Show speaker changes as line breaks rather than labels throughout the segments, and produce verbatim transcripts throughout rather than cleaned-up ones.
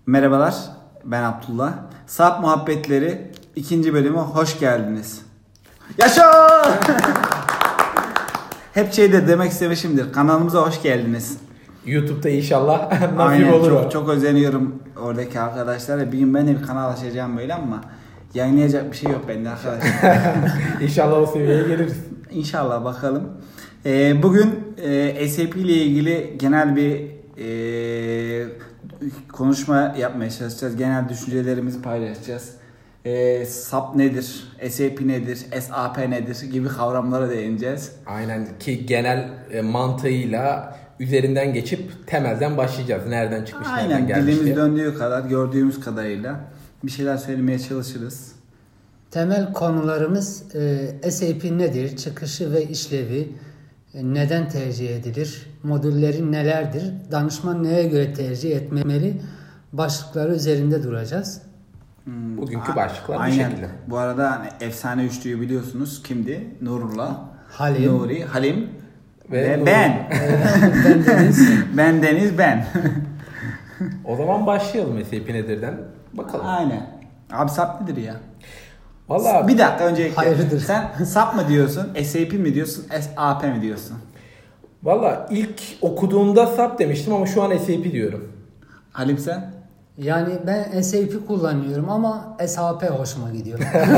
Merhabalar, ben Abdullah. SAP Muhabbetleri ikinci bölüme hoş geldiniz. Yaşa! Hep şey de demek istemişimdir. Kanalımıza hoş geldiniz.
YouTube'da inşallah nasip
Aynen,
olur.
çok, çok özeniyorum oradaki arkadaşlara. Bir gün ben de bir kanal açacağım böyle ama yayınlayacak bir şey yok bende arkadaşlar.
İnşallah o seviyeye geliriz.
İnşallah bakalım. Ee, bugün e, S A P ile ilgili genel bir e, konuşma yapmaya çalışacağız. Genel düşüncelerimizi paylaşacağız. E, SAP nedir? S A P nedir? S A P nedir? Gibi kavramlara değineceğiz.
Aynen ki genel e, mantığıyla üzerinden geçip temelden başlayacağız. Nereden çıkmış,
Aynen,
nereden gelmiş
dilimiz
diye.
döndüğü kadar, gördüğümüz kadarıyla bir şeyler söylemeye çalışırız.
Temel konularımız e, S A P nedir, çıkışı ve işlevi, e, neden tercih edilir, modülleri nelerdir, danışman neye göre tercih etmeli başlıkları üzerinde duracağız.
Hmm,
Bugünkü
a-
başlıklar bu
aynen.
şekilde.
Bu arada hani efsane üçlüyü biliyorsunuz. Kimdi? Nurullah,
Halim,
Nuri, Halim ve,
Ve Nuri.
ben.
ben Deniz.
Ben Deniz, ben.
O zaman başlayalım S A P nedir'den. Bakalım.
Aynen. Abi SAP nedir ya?
Vallahi
Bir dakika öncelikle.
Hayırdır?
Sen SAP mı diyorsun, S A P mi diyorsun, S A P mi diyorsun?
Valla ilk okuduğumda SAP demiştim ama şu an S A P diyorum.
Halim sen?
Yani ben S A P kullanıyorum ama S A P hoşuma gidiyor.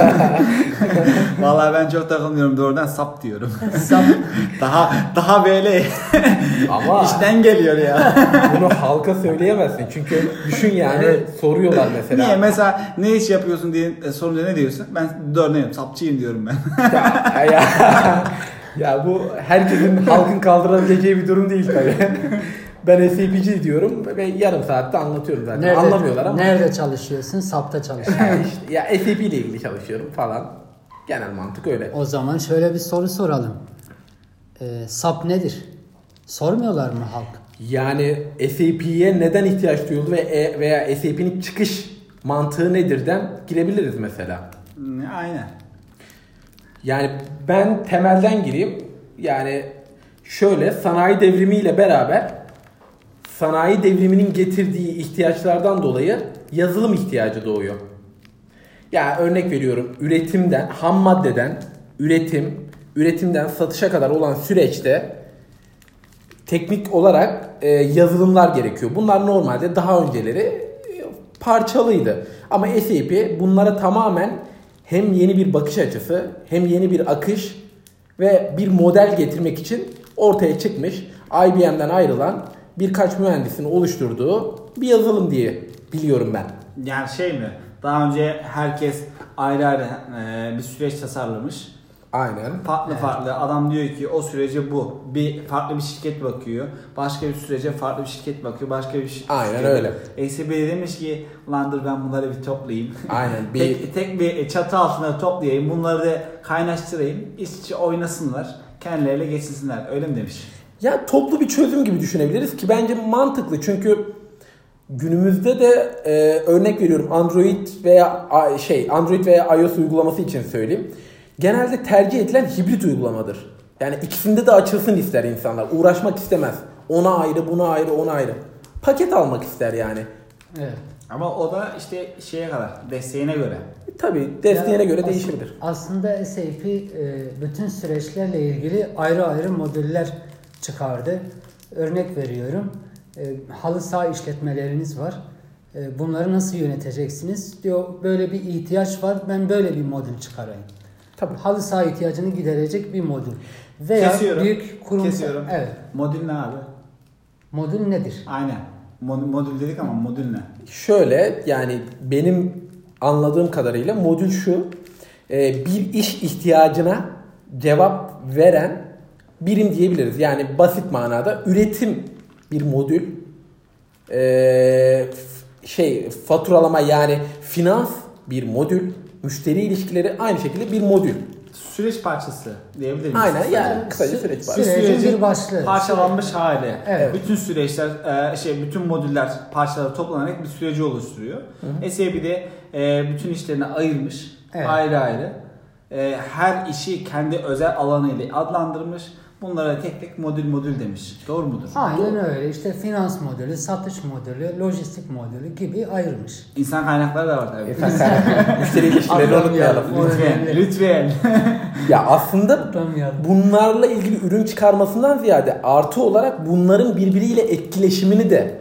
Vallahi ben çok takılmıyorum, doğrudan SAP diyorum.
SAP,
daha daha böyle
Ama
işten geliyor ya.
bunu halka söyleyemezsin. Çünkü düşün yani soruyorlar mesela.
Niye mesela ne iş yapıyorsun diye sorunca ne diyorsun? Ben örneğin SAPçıyım diyorum ben.
ya, ya, ya bu herkesin halkın kaldırabileceği bir durum değil tabii. Ben S A P'ci diyorum ve yarım saatte anlatıyorum zaten.
nerede,
Anlamıyorlar ama.
nerede çalışıyorsun? SAP'ta çalışıyorum.
Yani işte, ya S A P ile ilgili çalışıyorum falan. Genel mantık öyle.
O zaman şöyle bir soru soralım. E, SAP nedir? Sormuyorlar mı halk?
Yani S A P'ye neden ihtiyaç duyuldu ve e- veya S A P'nin çıkış mantığı nedirden girebiliriz mesela.
Aynen.
Yani ben temelden gireyim. Yani şöyle sanayi devrimiyle beraber sanayi devriminin getirdiği ihtiyaçlardan dolayı yazılım ihtiyacı doğuyor. Yani örnek veriyorum, üretimden, ham maddeden üretim, üretimden satışa kadar olan süreçte teknik olarak e, yazılımlar gerekiyor. Bunlar normalde daha önceleri e, parçalıydı. Ama S A P bunlara tamamen hem yeni bir bakış açısı, hem yeni bir akış ve bir model getirmek için ortaya çıkmış, I B M'den ayrılan birkaç mühendisin oluşturduğu bir yazılım diye biliyorum ben.
Yani şey mi? Daha önce herkes ayrı ayrı e, bir süreç tasarlamış.
Aynen.
Farklı
Evet.
farklı. Adam diyor ki o sürece bu. Bir farklı bir şirket bakıyor. Başka bir sürece farklı bir şirket bakıyor. Başka bir şirket.
Aynen öyle.
S A P demiş ki ulan dur ben bunları bir toplayayım.
Aynen. Bir
tek, tek bir çatı altında toplayayım. Bunları da kaynaştırayım. İç içe oynasınlar. Kendileriyle geçinsinler. Öyle mi demiş?
Ya toplu bir çözüm gibi düşünebiliriz ki bence mantıklı. Çünkü günümüzde de e, örnek veriyorum Android veya a, şey Android veya iOS uygulaması için söyleyeyim. Genelde tercih edilen hibrit uygulamadır. Yani ikisinde de açılsın ister insanlar. Uğraşmak istemez. Ona ayrı, buna ayrı, ona ayrı. Paket almak ister yani.
Evet.
Ama o da işte şeye kadar, desteğine göre.
E, tabii desteğine
Ya
göre
as-
değişebilir.
Aslında S A P e, bütün süreçlerle ilgili ayrı ayrı modüller çıkardı. Örnek veriyorum. E, halı saha işletmeleriniz var. E, bunları nasıl yöneteceksiniz? Diyor böyle bir ihtiyaç var. Ben böyle bir modül çıkarayım.
Tabii.
Halı saha ihtiyacını giderecek bir modül. Veya
Kesiyorum.
büyük kurumsal.
Kesiyorum.
Evet.
Modül ne abi?
Modül nedir?
Aynen. Mod- modül dedik ama modül ne?
Şöyle yani benim anladığım kadarıyla modül şu. E, bir iş ihtiyacına cevap veren birim diyebiliriz. Yani basit manada üretim bir modül. E, f- şey faturalama yani finans bir modül. Müşteri ilişkileri aynı şekilde bir modül.
Süreç parçası diyebilir miyiz?
Aynen yani
Sü-
kısaca süreç var.
süreç. Sürecin bir başlığı.
Parçalanmış hali.
Evet.
Bütün süreçler, e, şey bütün modüller parçalara toplanarak bir süreci oluşturuyor. S A P de e, bütün işlerini ayırmış.
Evet.
Ayrı ayrı. E, her işi kendi özel alanıyla adlandırmış. bunlara tek tek modül modül demiş. Doğru mudur?
Aynen öyle. İşte finans modülü, satış modülü, lojistik modülü gibi ayırmış.
İnsan kaynakları da var tabii.
İnsan kaynakları. Müşteri ilişkileri unutmayalım.
Lütfen, lütfen.
Ya aslında bunlarla ilgili ürün çıkarmasından ziyade artı olarak bunların birbiriyle etkileşimini de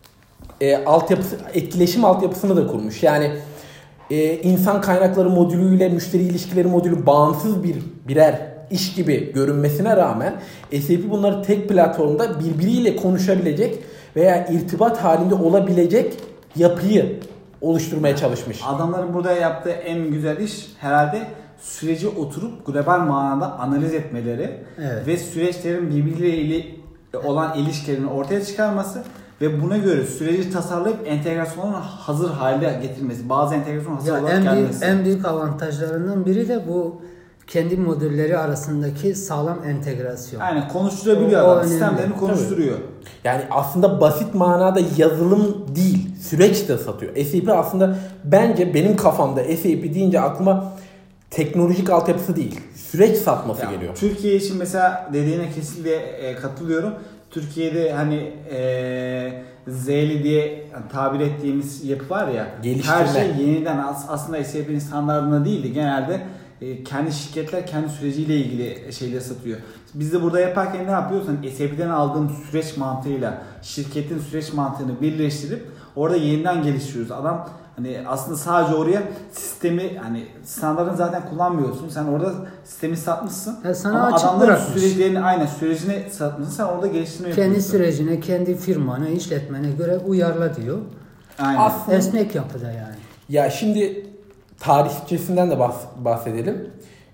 e, altyapısı, etkileşim altyapısını da kurmuş. Yani e, insan kaynakları modülüyle müşteri ilişkileri modülü bağımsız bir birer iş gibi görünmesine rağmen S A P bunları tek platformda birbiriyle konuşabilecek veya irtibat halinde olabilecek yapıyı oluşturmaya çalışmış.
Adamların burada yaptığı en güzel iş herhalde süreci oturup global manada analiz etmeleri, evet, ve süreçlerin birbirleriyle olan ilişkilerini ortaya çıkarması ve buna göre süreci tasarlayıp entegrasyonun hazır hale getirmesi. Bazı entegrasyon hazır
ya
olarak
en
gelmesi.
Büyük, en büyük avantajlarından biri de bu kendi modülleri arasındaki sağlam entegrasyon.
Aynen, konuşturabiliyor o, adam. O sistemlerini konuşturuyor.
Tabii. Yani aslında basit manada yazılım değil, süreç de satıyor. S A P aslında bence benim kafamda S A P deyince aklıma teknolojik altyapısı değil, süreç satması ya, geliyor.
Türkiye için mesela dediğine kesinlikle e, katılıyorum. Türkiye'de hani e, Z'li diye tabir ettiğimiz yapı var ya, her şey yeniden aslında S A P'nin standartında değil de genelde e, kendi şirketler kendi süreciyle ilgili şeyleri satıyor. Biz de burada yaparken ne yapıyoruz? Hani S A P'den aldığım süreç mantığıyla şirketin süreç mantığını birleştirip orada yeniden geliştiriyoruz. Adam hani aslında sadece oraya sistemi, hani standartını zaten kullanmıyorsun. Sen orada sistemi satmışsın.
Ya sana
ama
açık
adamların
bırakmış.
süreçlerini, aynen sürecini satmışsın. Sen orada geliştirme
kendi
yapıyorsun.
Kendi sürecine, kendi firmana, işletmene göre uyarla diyor.
Aynen.
Aslında esnek yapıda yani.
Ya şimdi tarihçesinden de bahsedelim.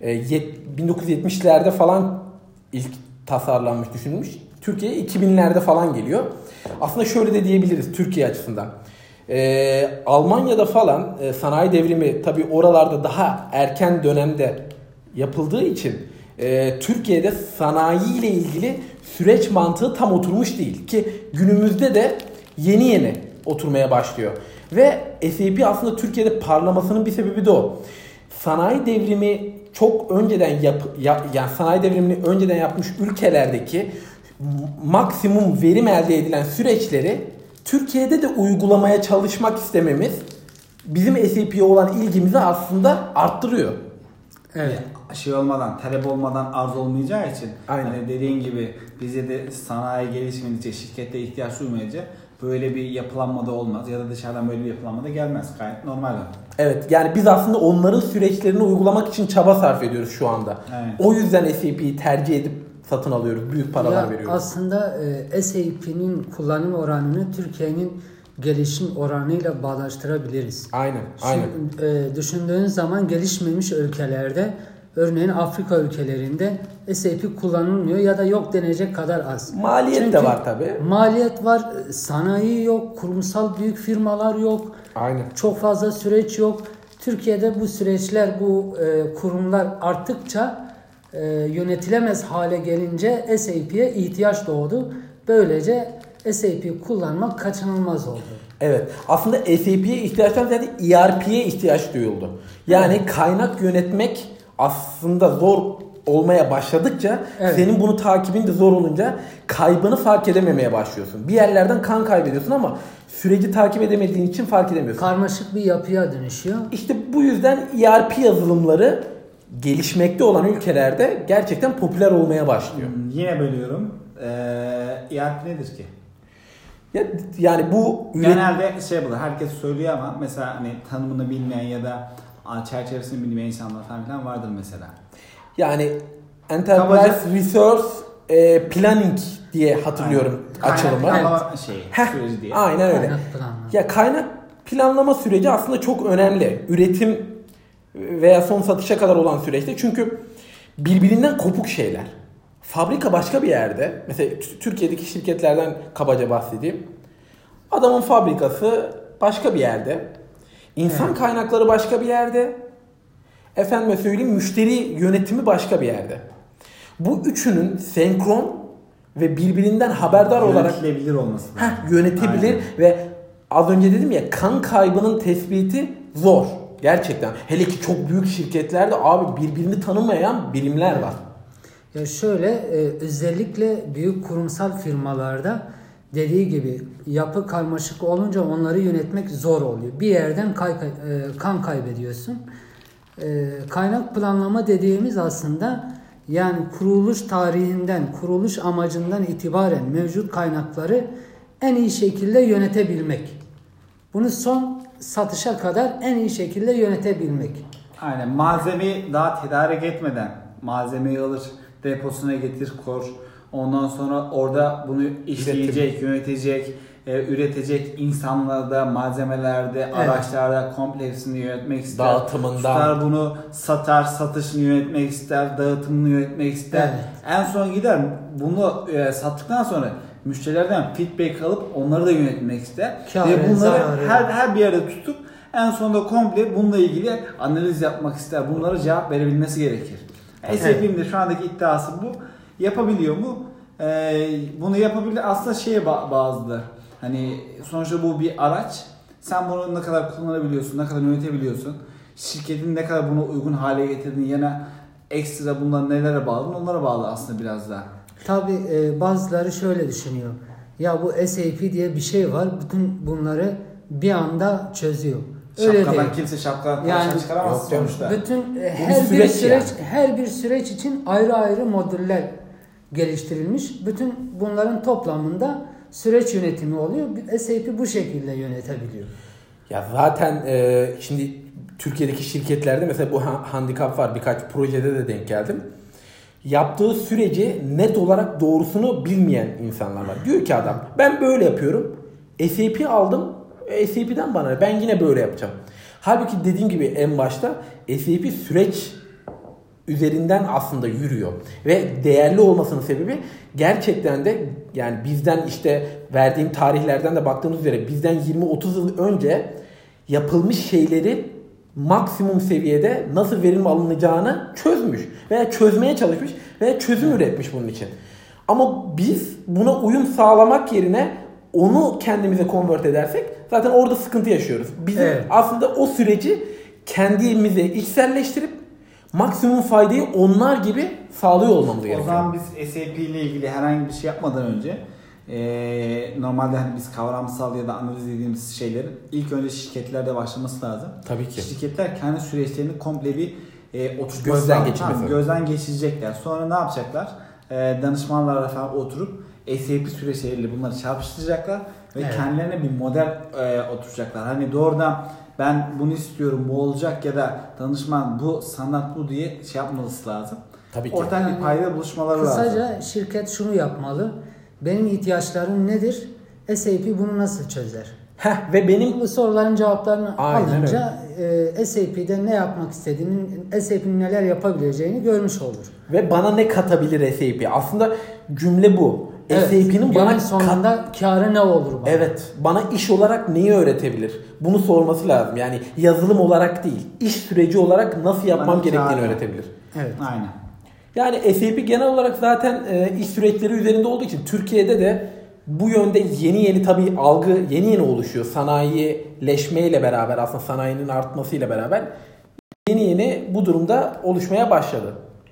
bin dokuz yüz yetmişlerde falan ilk tasarlanmış, düşünülmüş. Türkiye iki binlerde falan geliyor. Aslında şöyle de diyebiliriz Türkiye açısından. Ee, Almanya'da falan e, sanayi devrimi tabii oralarda daha erken dönemde yapıldığı için e, Türkiye'de sanayi ile ilgili süreç mantığı tam oturmuş değil ki günümüzde de yeni yeni oturmaya başlıyor. Ve S A P aslında Türkiye'de parlamasının bir sebebi de o. Sanayi devrimi çok önceden yap, yap yani sanayi devrimini önceden yapmış ülkelerdeki maksimum verim elde edilen süreçleri Türkiye'de de uygulamaya çalışmak istememiz bizim S A P'ye olan ilgimizi aslında arttırıyor.
Evet. Şey olmadan, talep olmadan arz olmayacağı için,
aynen,
hani dediğin gibi bize de sanayi gelişmedikçe, şirkette ihtiyaç duymayınca böyle bir yapılanma da olmaz ya da dışarıdan böyle bir yapılanma da gelmez. Gayet normal.
Evet, yani biz aslında onların süreçlerini uygulamak için çaba sarf ediyoruz şu anda.
Evet.
O yüzden S A P'yi tercih edip satın alıyoruz. Büyük paralar
ya
veriyoruz.
Aslında e, S A P'nin kullanım oranını Türkiye'nin gelişim oranıyla bağdaştırabiliriz.
Aynen, aynen.
Şimdi, e, düşündüğün zaman gelişmemiş ülkelerde, örneğin Afrika ülkelerinde S A P kullanılmıyor ya da yok denecek kadar az.
Maliyet
Çünkü
de var tabii.
Maliyet var, sanayi yok, kurumsal büyük firmalar yok.
Aynen.
Çok fazla süreç yok. Türkiye'de bu süreçler, bu e, kurumlar arttıkça e, yönetilemez hale gelince S A P'ye ihtiyaç doğdu. Böylece S A P kullanmak kaçınılmaz oldu.
Evet. Aslında S A P'ye ihtiyaçtan ziyade E R P'ye ihtiyaç duyuldu. Yani evet, kaynak yönetmek aslında zor olmaya başladıkça, evet, senin bunu takibin de zor olunca kaybını fark edememeye başlıyorsun. Bir yerlerden kan kaybediyorsun ama süreci takip edemediğin için fark edemiyorsun.
Karmaşık bir yapıya dönüşüyor.
İşte bu yüzden E R P yazılımları gelişmekte olan ülkelerde gerçekten popüler olmaya başlıyor.
Hmm, yine bölüyorum. Ee, E R P nedir ki?
Ya, yani bu
genelde şey yapılır, herkes söylüyor ama mesela hani tanımını bilmeyen ya da çerçevesini bilmeyen insanlar falan vardır mesela.
Yani Enterprise Kabaca, Resource e, Planning diye hatırlıyorum aynen, açılımı.
Kaynak şey, süreci diye.
Aynen öyle. Kaynak ya kaynak planlama süreci aslında çok önemli. Üretim veya son satışa kadar olan süreçte. Çünkü birbirinden kopuk şeyler. Fabrika başka bir yerde. Mesela Türkiye'deki şirketlerden kabaca bahsedeyim. Adamın fabrikası başka bir yerde. İnsan evet, kaynakları başka bir yerde. Efendime söyleyeyim, müşteri yönetimi başka bir yerde. Bu üçünün senkron ve birbirinden haberdar olarak
yönetilebilir olması.
Heh, yönetebilir. Aynen. Ve az önce dedim ya, kan kaybının tespiti zor. Gerçekten. Hele ki çok büyük şirketlerde abi birbirini tanımayan birimler var.
Ya şöyle e, özellikle büyük kurumsal firmalarda dediği gibi yapı karmaşık olunca onları yönetmek zor oluyor. Bir yerden kay, e, kan kaybediyorsun. E, kaynak planlama dediğimiz aslında yani kuruluş tarihinden, kuruluş amacından itibaren mevcut kaynakları en iyi şekilde yönetebilmek. Bunu son satışa kadar en iyi şekilde yönetebilmek.
Aynen, malzemeyi daha tedarik etmeden malzemeyi alır, deposuna getir, koy. Ondan sonra orada bunu işleyecek, yönetecek, e, üretecek insanlarda, malzemelerde, evet. araçlarda komple hepsini yönetmek ister.
Dağıtımından.
Tutar bunu satar, satışını yönetmek ister, dağıtımını yönetmek ister.
Evet.
En son gider bunu e, sattıktan sonra müşterilerden feedback alıp onları da yönetmek ister.
Kâr,
Ve bunları
zararı.
her her bir yerde tutup en sonunda komple bununla ilgili analiz yapmak ister. Bunlara cevap verebilmesi gerekir.
Evet.
S A P'nin de şu andaki iddiası bu. Yapabiliyor mu? Ee, bunu yapabilir. Aslında şeye bağlıdır. Hani sonuçta bu bir araç. Sen bunu ne kadar kullanabiliyorsun, ne kadar yönetebiliyorsun. Şirketin ne kadar bunu uygun hale getirdiğini, yana ekstra bunlar nelere bağlı, onlara bağlı aslında biraz daha.
Tabii e, bazıları şöyle düşünüyor. Ya bu S A P diye bir şey var. Bütün bunları bir anda çözüyor. Öyle
Şapkadan
değil.
kimse şapkadan
Yani,
yani, çıkaramaz sonuçta.
Bütün e,
bir
her bir
süreç
süreç
yani.
her bir süreç için ayrı ayrı modüller geliştirilmiş. Bütün bunların toplamında süreç yönetimi oluyor. S A P bu şekilde yönetebiliyor.
Ya zaten e, şimdi Türkiye'deki şirketlerde mesela bu handikap var. Birkaç projede de denk geldim. Yaptığı süreci net olarak doğrusunu bilmeyen insanlar var. Diyor ki adam ben böyle yapıyorum. S A P aldım. S A P'den bana ben yine böyle yapacağım. Halbuki dediğim gibi en başta S A P süreç üzerinden aslında yürüyor. Ve değerli olmasının sebebi gerçekten de yani bizden işte verdiğim tarihlerden de baktığımız üzere bizden yirmi otuz yıl önce yapılmış şeyleri maksimum seviyede nasıl verim alınacağını çözmüş veya çözmeye çalışmış veya çözüm üretmiş bunun için. Ama biz buna uyum sağlamak yerine onu kendimize convert edersek zaten orada sıkıntı yaşıyoruz. Bizim
evet.
aslında o süreci kendimize içselleştirip maksimum faydayı onlar gibi sağlıyor olmamız gerekiyor.
O zaman biz S A P ile ilgili herhangi bir şey yapmadan önce Ee, normalde hani biz kavramsal ya da analiz dediğimiz şeylerin ilk önce şirketlerde başlaması lazım.
Tabii ki.
Şirketler kendi süreçlerini komple bir e, oturtması
gözden geçirmesi.
Tamam, gözden geçirecekler. Sonra ne yapacaklar? E, danışmanlarla falan oturup S A P süreçleriyle bunları çarpıştıracaklar ve evet. kendilerine bir model e, oturacaklar. Hani doğrudan ben bunu istiyorum, bu olacak ya da danışman bu sanat bu diye şey yapması lazım.
Tabii ki.
Ortak bir payda buluşmaları
Kısaca
lazım.
Kısaca şirket şunu yapmalı. Benim ihtiyaçlarım nedir? S A P bunu nasıl çözer?
Heh, ve benim
bu soruların cevaplarını
aynen
alınca e, S A P'de ne yapmak istediğini, S A P'nin neler yapabileceğini görmüş olur.
Ve bana ne katabilir S A P? Aslında cümle bu.
Evet,
S A P'nin bana
sonunda kat... kârı ne olur bana?
Evet. Bana iş olarak neyi öğretebilir? Bunu sorması lazım. Yani yazılım olarak değil, iş süreci olarak nasıl yapmam bana gerektiğini kârı. öğretebilir.
Evet.
Aynen.
Yani S A P genel olarak zaten e, iş süreçleri üzerinde olduğu için Türkiye'de de bu yönde yeni yeni tabii algı yeni yeni oluşuyor. Sanayileşmeyle beraber aslında sanayinin artmasıyla beraber yeni yeni bu durumda oluşmaya başladı.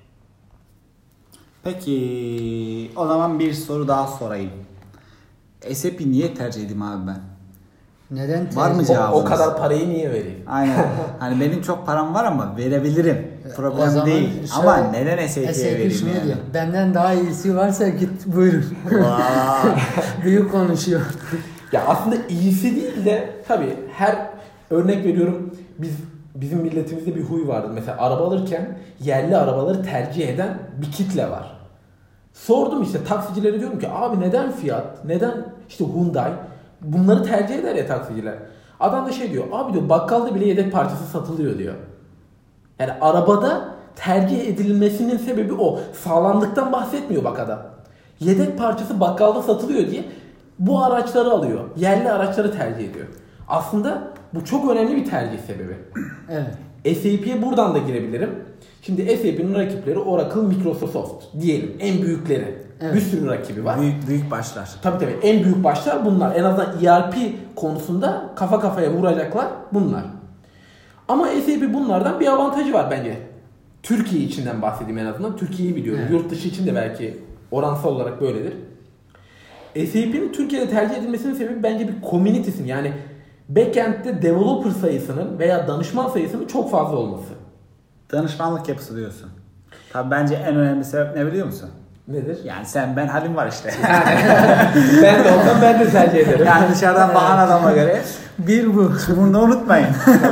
Peki o zaman bir soru daha sorayım. S A P niye tercih edeyim abi ben?
Neden tercih?
Var mı cevabınız?
O, o kadar parayı niye vereyim?
Aynen. Hani benim çok param var ama verebilirim. Problem değil.
Şöyle,
ama neden S A P'ye vereyim
şunu
yani?
Diyor, benden daha iyisi varsa git buyurun. Büyük konuşuyor.
Ya aslında iyisi değil de tabii her örnek veriyorum biz bizim milletimizde bir huy vardı. Mesela araba alırken yerli arabaları tercih eden bir kitle var. Sordum işte taksicilere diyorum ki abi neden Fiat, neden işte Hyundai bunları tercih eder ya taksiciler. Adam da şey diyor abi diyor bakkalda bile yedek parçası satılıyor diyor. Yani arabada tercih edilmesinin sebebi o. Sağlamlıktan bahsetmiyor bak adam. Yedek parçası bakkalda satılıyor diye bu araçları alıyor. Yerli araçları tercih ediyor. Aslında bu çok önemli bir tercih sebebi.
Evet.
S A P'ye buradan da girebilirim. Şimdi S A P'nin rakipleri Oracle, Microsoft diyelim. En büyükleri. Evet. Bir sürü rakibi var.
Büyük büyük başlar.
Tabii tabii. En büyük başlar bunlar. En azından E R P konusunda kafa kafaya vuracaklar bunlar. Ama S A P bunlardan bir avantajı var bence. Türkiye içinden bahsedeyim en azından. Türkiye'yi biliyorum.
Evet.
Yurt dışı için de belki oransal olarak böyledir. S A P'nin Türkiye'de tercih edilmesinin sebebi bence bir community'sin. Yani backend'de developer sayısının veya danışman sayısının çok fazla olması.
Danışmanlık yapısı diyorsun. Tabii bence en önemli sebep ne biliyor musun?
Nedir?
Yani sen ben halim var işte.
Ben de olsam ben de tercih ederim.
Yani dışarıdan bakan adama göre bir bu. Bunu da unutmayın.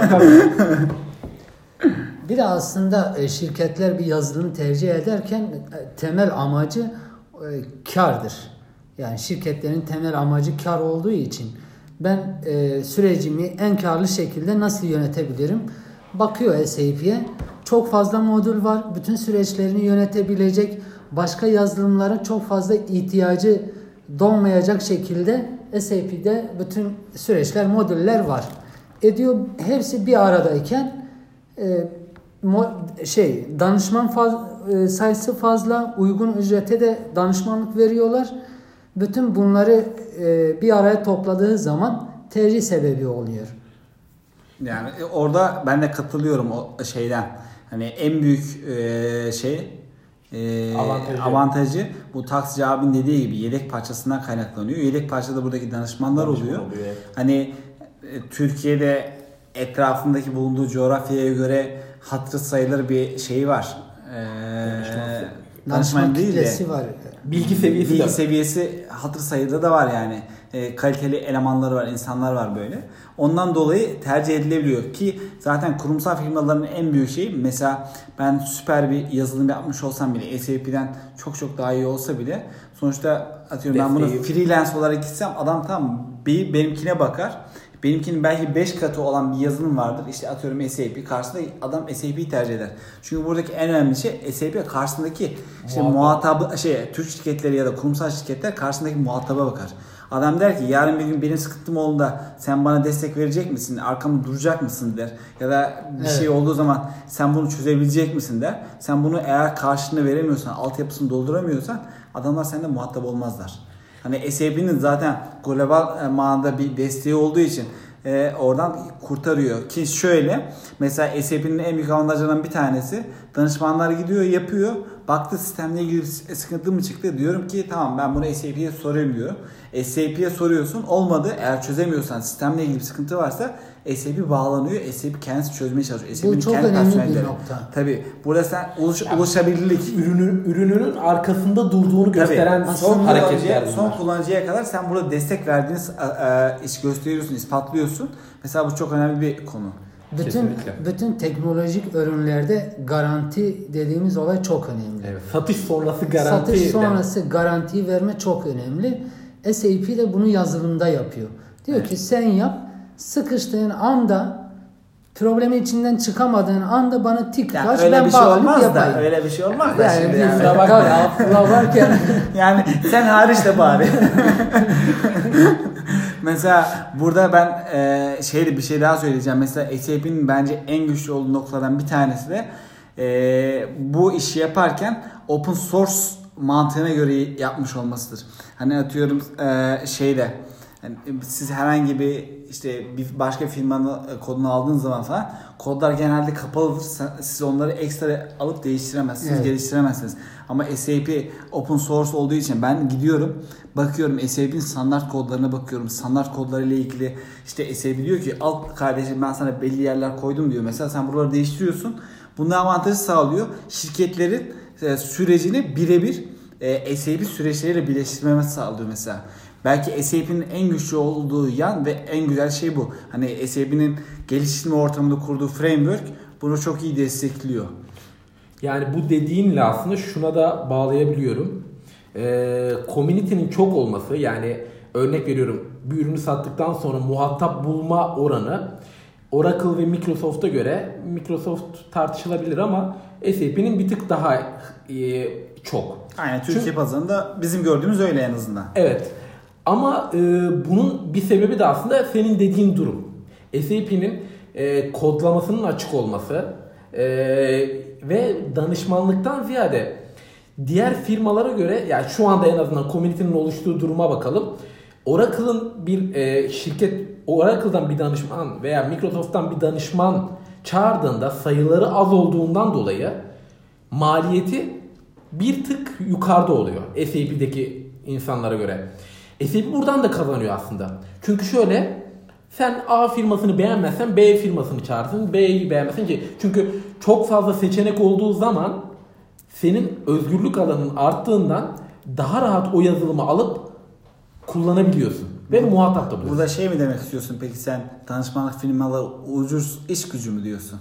Bir de aslında e, şirketler bir yazılımı tercih ederken e, temel amacı e, kardır. Yani şirketlerin temel amacı kar olduğu için ben e, sürecimi en karlı şekilde nasıl yönetebilirim? Bakıyor S A P'ye. Çok fazla modül var. Bütün süreçlerini yönetebilecek, başka yazılımlara çok fazla ihtiyacı doğmayacak şekilde S A P'de bütün süreçler, modüller var. Ediyor hepsi bir aradayken e, mo, şey danışman faz, e, sayısı fazla, uygun ücrete de danışmanlık veriyorlar. Bütün bunları e, bir araya topladığı zaman tercih sebebi oluyor.
Yani orada ben de katılıyorum o şeyden. Hani en büyük e, şey e,
Avantajı.
avantajı bu taksici abinin dediği gibi yedek parçasından kaynaklanıyor. Yedek parçada buradaki danışmanlar
Danışman
oluyor.
oluyor, evet.
Hani e, Türkiye'de etrafındaki bulunduğu coğrafyaya göre hatırı sayılır bir şey var. E, danışman değil de
kitlesi var.
Bilgi seviyesi
bilgi
de.
seviyesi hatır sayıda da var yani. E, kaliteli elemanları var, insanlar var böyle. Ondan dolayı tercih edilebiliyor ki zaten kurumsal firmaların en büyük şeyi, mesela ben süper bir yazılım yapmış olsam bile S A P'den çok çok daha iyi olsa bile sonuçta atıyorum ben bunu
Desteği.
freelance olarak gitsem adam tam bir benimkine bakar. Benimkinin belki beş katı olan bir yazılım vardır. İşte atıyorum S A P karşısında adam S A P'yi tercih eder. Çünkü buradaki en önemli şey S A P karşısındaki işte
Muhatap.
muhatabı şey Türk şirketleri ya da kurumsal şirketler karşısındaki muhataba bakar. Adam der ki yarın bir gün benim sıkıntım olduğunda sen bana destek verecek misin? Arkamda duracak mısın der. Ya da bir
Evet.
şey olduğu zaman sen bunu çözebilecek misin der. Sen bunu eğer karşılığını veremiyorsan, altyapısını dolduramıyorsan adamlar seninle muhatap olmazlar. Hani S A P'nin zaten global manada bir desteği olduğu için e, oradan kurtarıyor. Ki şöyle mesela S A P'nin en büyük avantajlarından bir tanesi, danışmanlar gidiyor yapıyor. Baktı sistemle ilgili sıkıntı mı çıktı, diyorum ki tamam ben bunu S A P'ye sorayım diyor. S A P'ye soruyorsun, olmadı, eğer çözemiyorsan, sistemle ilgili bir sıkıntı varsa S A P bağlanıyor. S A P kendisi çözmeye çalışıyor. S A P'nin
Bu çok
kendi
önemli bir
personelleri.
nokta.
Tabii burada sen uluş, ulaşabilirlik
Ürünü, ürününün arkasında durduğunu gösteren
Tabii,
son
son
hareketler
kullanıcıya,
bunlar.
son kullanıcıya kadar sen burada destek verdiğiniz e, e, iş gösteriyorsun, ispatlıyorsun. Mesela bu çok önemli bir konu.
Bütün
Kesinlikle.
bütün teknolojik ürünlerde garanti dediğimiz olay çok önemli.
Evet, satış sonrası garanti.
Satış sonrası garantiyi verme çok önemli. S A P de bunu yazılımda yapıyor. Diyor
Evet.
ki sen yap, sıkıştığın anda, problemi içinden çıkamadığın anda bana tik
Yani
aç,
öyle
ben
bir şey
bağlanıp
olmaz
yapayım.
da, öyle bir şey olmaz da
Yani
şimdi
bir
yani.
kusura bakma ya.
Tabii, varken
Yani sen hariç de bari. Mesela burada ben e, şeyde bir şey daha söyleyeceğim. Mesela S A P'nin bence en güçlü olduğu noktalardan bir tanesi de e, bu işi yaparken open source mantığına göre yapmış olmasıdır. Hani atıyorum e, şeyde yani siz herhangi bir işte bir başka firmanın kodunu aldığınız zaman falan kodlar genelde kapalıdır. Siz onları ekstra alıp değiştiremezsiniz,
Evet.
geliştiremezsiniz. Ama S A P open source olduğu için ben gidiyorum, bakıyorum S A P'nin standart kodlarına bakıyorum. Standart kodları ile ilgili işte S A P diyor ki al kardeşim ben sana belli yerler koydum diyor. Mesela sen buraları değiştiriyorsun. Bunun avantajı sağlıyor. Şirketlerin e, sürecini birebir e, S A P süreçleriyle birleştirmemesi sağlıyor mesela. Belki S A P'nin en güçlü olduğu yan ve en güzel şey bu. Hani S A P'nin geliştirme ortamında kurduğu framework bunu çok iyi destekliyor.
Yani bu dediğinle aslında şuna da bağlayabiliyorum. Ee, community'nin çok olması, yani örnek veriyorum bir ürünü sattıktan sonra muhatap bulma oranı Oracle ve Microsoft'a göre Microsoft tartışılabilir ama S A P'nin bir tık daha e, çok.
Aynen, Türkiye
Çünkü-
pazarında bizim gördüğümüz öyle en azından.
Evet. Ama e, bunun bir sebebi de aslında senin dediğin durum. S A P'nin e, kodlamasının açık olması e, ve danışmanlıktan ziyade diğer firmalara göre, yani şu anda en azından community'nin oluştuğu duruma bakalım. Oracle'ın bir e, şirket, Oracle'dan bir danışman veya Microsoft'tan bir danışman çağırdığında sayıları az olduğundan dolayı maliyeti bir tık yukarıda oluyor S A P'deki insanlara göre. S A P buradan da kazanıyor aslında. Çünkü şöyle, sen A firmasını beğenmezsen B firmasını çağırsın, B'yi beğenmezsen C. Çünkü çok fazla seçenek olduğu zaman senin özgürlük alanın arttığından daha rahat o yazılımı alıp kullanabiliyorsun. Ve muhatap da buluyorsun.
Burada şey mi demek istiyorsun peki, sen danışmanlık firmaları ucuz iş gücü mü diyorsun?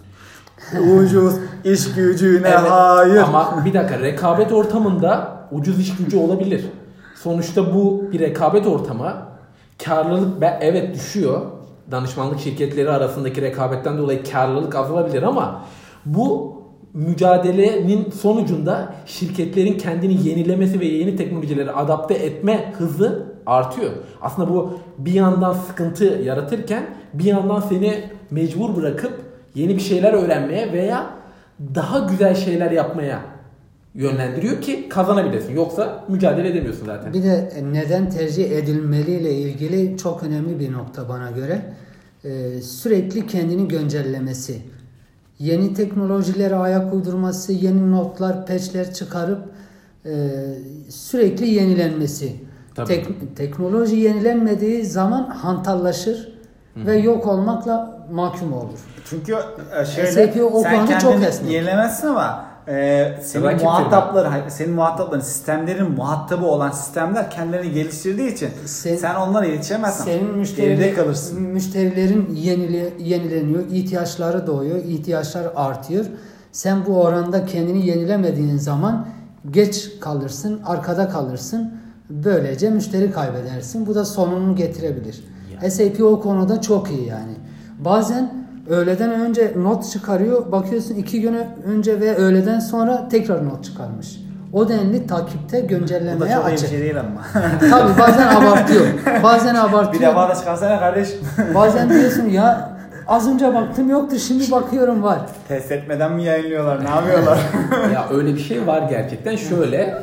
Ucuz iş gücüne evet, hayır.
Ama bir dakika, rekabet ortamında ucuz iş gücü olabilir. Sonuçta bu bir rekabet ortamı. Karlılık evet düşüyor. Danışmanlık şirketleri arasındaki rekabetten dolayı karlılık azalabilir ama bu mücadelenin sonucunda şirketlerin kendini yenilemesi ve yeni teknolojileri adapte etme hızı artıyor. Aslında bu bir yandan sıkıntı yaratırken bir yandan seni mecbur bırakıp yeni bir şeyler öğrenmeye veya daha güzel şeyler yapmaya yönlendiriyor ki kazanabilesin. Yoksa mücadele edemiyorsun zaten.
Bir de neden tercih edilmeliyle ilgili çok önemli bir nokta bana göre. Ee, sürekli kendini güncellemesi. Yeni teknolojilere ayak uydurması, yeni notlar, patchler çıkarıp e, sürekli yenilenmesi. Tek, teknoloji yenilenmediği zaman hantallaşır Hı. ve yok olmakla mahkum olur.
Çünkü şöyle, S A P o sen kendini yenilemezsin ama e, senin Rakip muhatapları, firma. senin muhatapların, sistemlerin muhatabı olan sistemler kendilerini geliştirdiği için sen, sen onlara yetişemezsin.
Senin müşteriler, kalırsın. Müşterilerin yenile, yenileniyor, ihtiyaçları doğuyor, ihtiyaçlar artıyor. Sen bu oranda kendini yenilemediğin zaman geç kalırsın, arkada kalırsın. Böylece müşteri kaybedersin. Bu da sonunu getirebilir. Yani. S A P o konuda çok iyi yani. Bazen öğleden önce not çıkarıyor. Bakıyorsun iki gün önce ve öğleden sonra tekrar not çıkarmış. O denli takipte güncellemeye açık. Bu da çok iyi bir şey değil ama. Tabii bazen abartıyor. Bazen abartıyor.
Bir defa da çıkarsana kardeş.
Bazen diyorsun ya az önce baktım yoktu, şimdi bakıyorum var.
Test etmeden mi yayınlıyorlar? Ne yapıyorlar?
Ya öyle bir şey var gerçekten. Şöyle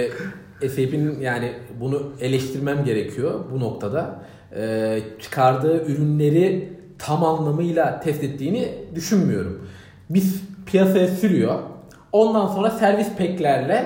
e, S A P'nin yani bunu eleştirmem gerekiyor bu noktada. E, çıkardığı ürünleri tam anlamıyla test ettiğini düşünmüyorum. Biz piyasaya sürüyor. Ondan sonra servis pack'lerle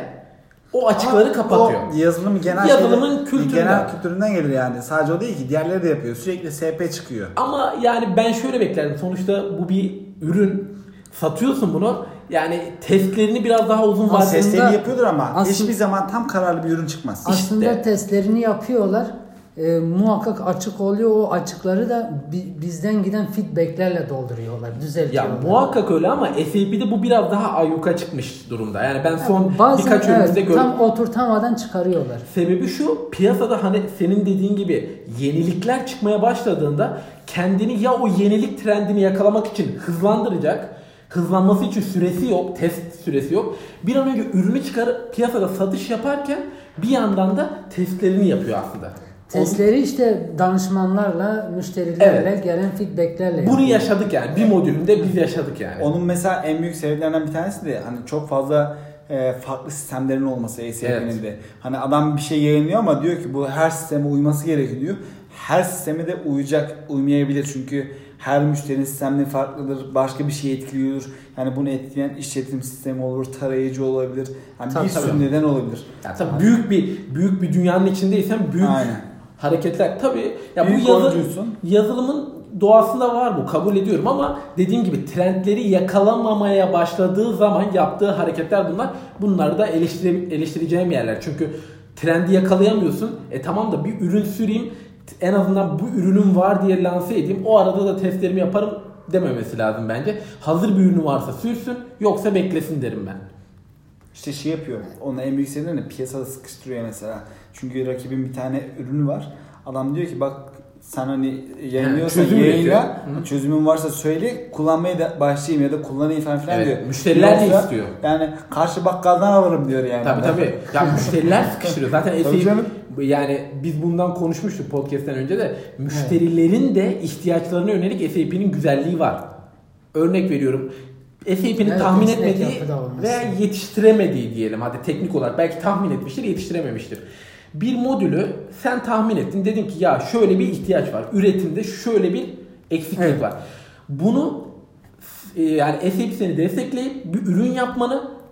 o açıkları Aa, kapatıyor.
O yazılım genel
yazılımın kültüründen.
Genel kültüründen gelir yani. Sadece o değil ki, diğerleri de yapıyor. Sürekli S P çıkıyor.
Ama yani ben şöyle beklerdim. Sonuçta bu bir ürün. Satıyorsun bunu. Yani testlerini biraz daha uzun vadede
testlerini yapıyordur ama aslında, hiçbir zaman tam kararlı bir ürün çıkmaz.
Aslında işte. testlerini yapıyorlar. E, muhakkak açık oluyor. O açıkları da bi, bizden giden feedbacklerle dolduruyorlar, düzeltiyorlar.
Ya muhakkak öyle ama S A P'de bu biraz daha ayyuka çıkmış durumda. Yani ben son yani bazen, birkaç
evet,
üründe gördüm.
Tam oturtamadan çıkarıyorlar.
Sebebi şu, piyasada hani senin dediğin gibi yenilikler çıkmaya başladığında kendini ya o yenilik trendini yakalamak için hızlandıracak, hızlanması için süresi yok, test süresi yok. Bir an önce ürünü çıkarıp piyasada satış yaparken bir yandan da testlerini yapıyor aslında.
Testleri işte danışmanlarla, müşterilerle evet. gelen feedbacklerle.
Bunu yaşadık yani. Bir modülünde biz yaşadık yani.
Onun mesela en büyük sebeplerinden bir tanesi de hani çok fazla e, farklı sistemlerin olması S A P'nin evet. de. Hani adam bir şey yayınlıyor ama diyor ki bu her sisteme uyması gerekiyor diyor. Her sisteme de uyacak, uymayabilir çünkü her müşterinin sistemleri farklıdır. Başka bir şey etkiliyordur. Yani bunu etkileyen işletim sistemi olur, tarayıcı olabilir. Yani tabii, bir sürü tabii. neden olabilir.
Ya tabii büyük bir büyük bir dünyanın içindeysen büyük Aynen. hareketler tabii. Ya büyük bu yazı, yazılımın doğasında var bu, kabul ediyorum ama dediğim gibi trendleri yakalamamaya başladığı zaman yaptığı hareketler bunlar. Bunları da eleştire, eleştireceğim yerler. Çünkü trendi yakalayamıyorsun. E tamam da bir ürün süreyim, en azından bu ürünüm var diye lanse edeyim. O arada da testlerimi yaparım dememesi lazım bence. Hazır bir ürünü varsa sürsün, yoksa beklesin derim ben.
İşte şey yapıyor. Onun en büyük sebebi piyasada sıkıştırıyor mesela. Çünkü rakibin bir tane ürünü var. Adam diyor ki bak sen hani yayınlıyorsan yani yayınla, çözümün varsa söyle, kullanmaya da başlayayım ya da kullanayım falan filan evet, diyor.
Müşteriler de istiyor.
Yani karşı bakkaldan alırım diyor yani.
Tabii tabii. Ya müşteriler sıkıştırıyor. Zaten S A P yani biz bundan konuşmuştuk podcast'ten önce de müşterilerin evet. de ihtiyaçlarına yönelik S A P'nin güzelliği var. Örnek veriyorum. S A P'nin evet, tahmin etmediği veya yetiştiremediği diyelim. Hadi teknik olarak belki tahmin etmiştir, yetiştirememiştir. Bir modülü sen tahmin ettin. Dedin ki ya şöyle bir ihtiyaç var. Üretimde şöyle bir eksiklik evet. var. Bunu yani S A P seni destekleyip bir ürün yapmanı,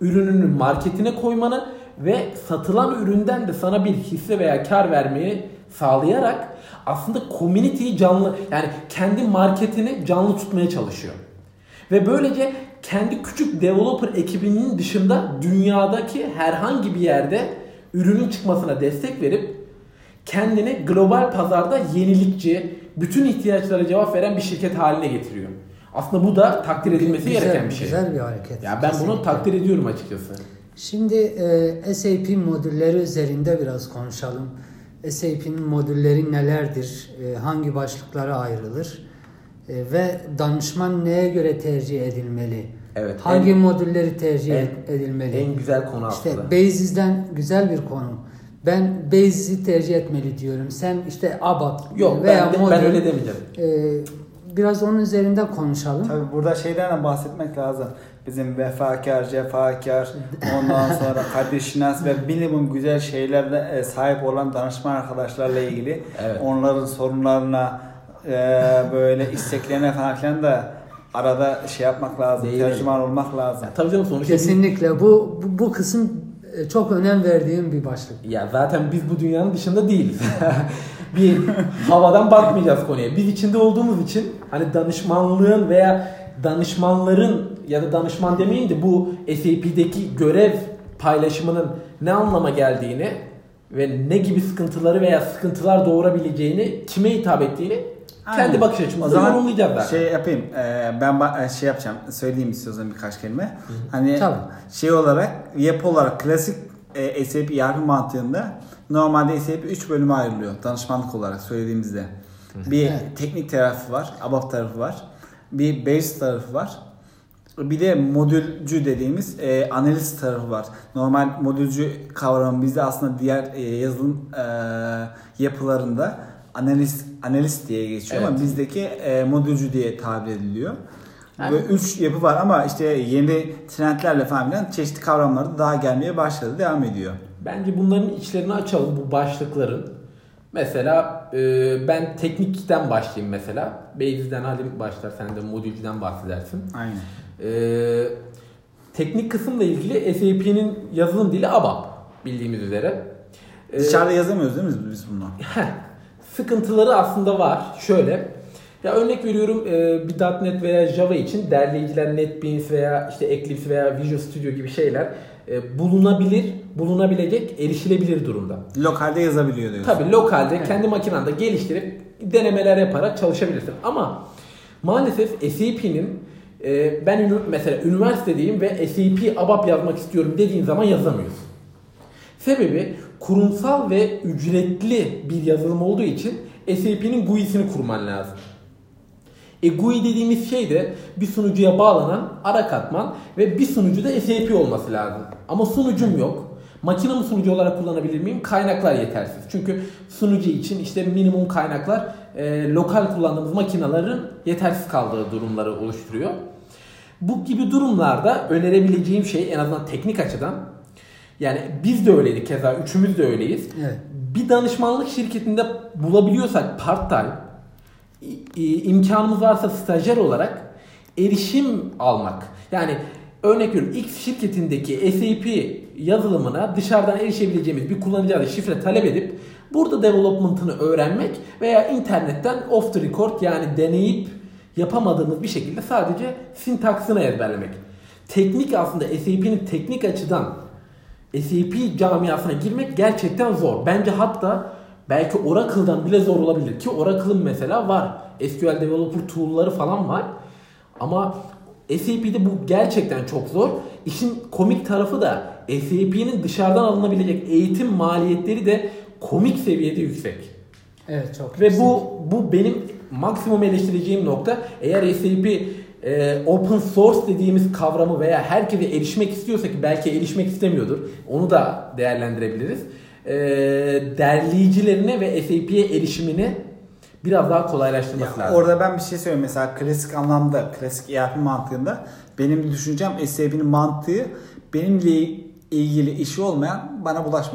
ürününü marketine koymanı ve satılan üründen de sana bir hisse veya kar vermeyi sağlayarak aslında community'yi canlı, yani kendi marketini canlı tutmaya çalışıyor. Ve böylece kendi küçük developer ekibinin dışında dünyadaki herhangi bir yerde ürünün çıkmasına destek verip kendini global pazarda yenilikçi, bütün ihtiyaçlara cevap veren bir şirket haline getiriyor. Aslında bu da takdir edilmesi
güzel,
gereken bir şey.
Güzel bir hareket.
Ya ben
kesinlikle.
bunu takdir ediyorum açıkçası.
Şimdi e, S A P modülleri üzerinde biraz konuşalım. S A P'nin modülleri nelerdir? E, hangi başlıklara ayrılır? E, ve danışman neye göre tercih edilmeli?
Evet.
Hangi
en,
modülleri tercih
en,
edilmeli?
En güzel konu
işte
aslında.
Basis'den güzel bir konu. Ben Basis'i tercih etmeli diyorum. Sen işte A B A P
Yok,
veya
ben, de,
modül,
ben öyle demeyeceğim.
E, biraz onun üzerinde konuşalım.
Tabii burada şeyden de bahsetmek lazım. Bizim vefakar, cefakar, ondan sonra kadir-şinas ve minimum güzel şeylere sahip olan danışman arkadaşlarla ilgili
evet.
onların sorunlarına e, böyle isteklerine falan filan da arada şey yapmak lazım.
Değil
tercüman mi? olmak lazım.
Ya, tabii canım sonuçta
kesinlikle bu, bu bu kısım çok önem verdiğim bir başlık.
Ya zaten biz bu dünyanın dışında değiliz. Bir havadan bakmayacağız konuya. Biz içinde olduğumuz için hani danışmanlığın veya danışmanların ya da danışman demeyeyim de bu S A P'deki görev paylaşımının ne anlama geldiğini ve ne gibi sıkıntıları veya sıkıntılar doğurabileceğini, kime hitap ettiğini
Aynen.
kendi bakış açımızda yorumlayacağız zaten.
Şey yapayım. E, ben ba- şey yapacağım. Söyleyeyim istiyorsan birkaç kelime. Hı-hı. Hani
Tabii.
şey olarak, yapı olarak klasik e, S A P E R P mantığında normalde S A P üç bölüme ayrılıyor. Danışmanlık olarak söylediğimizde. Hı-hı. Bir evet. teknik tarafı var, A B A P tarafı var. Bir base tarafı var. Bir de modülcü dediğimiz e, analist tarafı var. Normal modülcü kavramı bizde aslında diğer e, yazılım e, yapılarında analist analist diye geçiyor evet. ama bizdeki e, modülcü diye tabir ediliyor. Yani. Böyle üç yapı var ama işte yeni trendlerle falan filan çeşitli kavramlar da daha gelmeye başladı, devam ediyor.
Bence bunların içlerini açalım, bu başlıkların. Mesela e, ben teknikten başlayayım mesela. Basis'den Halim başlar, sen de modülcüden bahsedersin.
Aynen.
E, teknik kısımla ilgili S A P'nin yazılım dili A B A P bildiğimiz üzere.
E, Dışarıda yazamıyoruz değil mi biz bunu?
Heh, sıkıntıları aslında var. Şöyle, ya örnek veriyorum e, bir .nokta net veya Java için derleyiciler NetBeans veya işte Eclipse veya Visual Studio gibi şeyler e, bulunabilir, bulunabilecek, erişilebilir durumda.
Lokalde yazabiliyor diyorsun.
Tabii lokalde evet. kendi makinanda geliştirip denemeler yaparak çalışabilirsin. Ama maalesef S A P'nin e, ben mesela üniversitedeyim ve S A P A B A P yazmak istiyorum dediğin zaman yazamıyorsun. Sebebi kurumsal ve ücretli bir yazılım olduğu için S A P'nin G U I'sini kurman lazım. E, G U I dediğimiz şey de bir sunucuya bağlanan ara katman ve bir sunucuda S A P olması lazım. Ama sunucum yok. Makinamı sunucu olarak kullanabilir miyim? Kaynaklar yetersiz. Çünkü sunucu için işte minimum kaynaklar e, lokal kullandığımız makinelerin yetersiz kaldığı durumları oluşturuyor. Bu gibi durumlarda önerebileceğim şey en azından teknik açıdan, yani biz de öyleydik keza, üçümüz de öyleyiz.
Evet.
Bir danışmanlık şirketinde bulabiliyorsak part time, imkanımız varsa stajyer olarak erişim almak. Yani örnek veriyorum X şirketindeki S A P yazılımına dışarıdan erişebileceğimiz bir kullanıcı adı şifre talep edip burada development'ını öğrenmek veya internetten off the record, yani deneyip yapamadığımız bir şekilde sadece sintaksını ezberlemek. Teknik aslında S A P'nin teknik açıdan S A P camiasına girmek gerçekten zor. Bence hatta belki Oracle'dan bile zor olabilir ki Oracle'ın mesela var. S Q L Developer Tool'ları falan var. Ama S A P'de bu gerçekten çok zor. İşin komik tarafı da S A P'nin dışarıdan alınabilecek eğitim maliyetleri de komik seviyede yüksek.
Evet, çok
Ve
yüksek.
bu bu benim maksimum eleştireceğim nokta. Eğer S A P e, open source dediğimiz kavramı veya herkese erişmek istiyorsa, ki belki erişmek istemiyordur, onu da değerlendirebiliriz. E, derleyicilerine ve S A P'ye erişimini biraz daha kolaylaştırması
ya
lazım.
Orada ben bir şey söyleyeyim. Mesela klasik anlamda, klasik E R P mantığında benim düşüncem S A P'nin mantığı benimle ilgili işi olmayan bana bulaşmasın.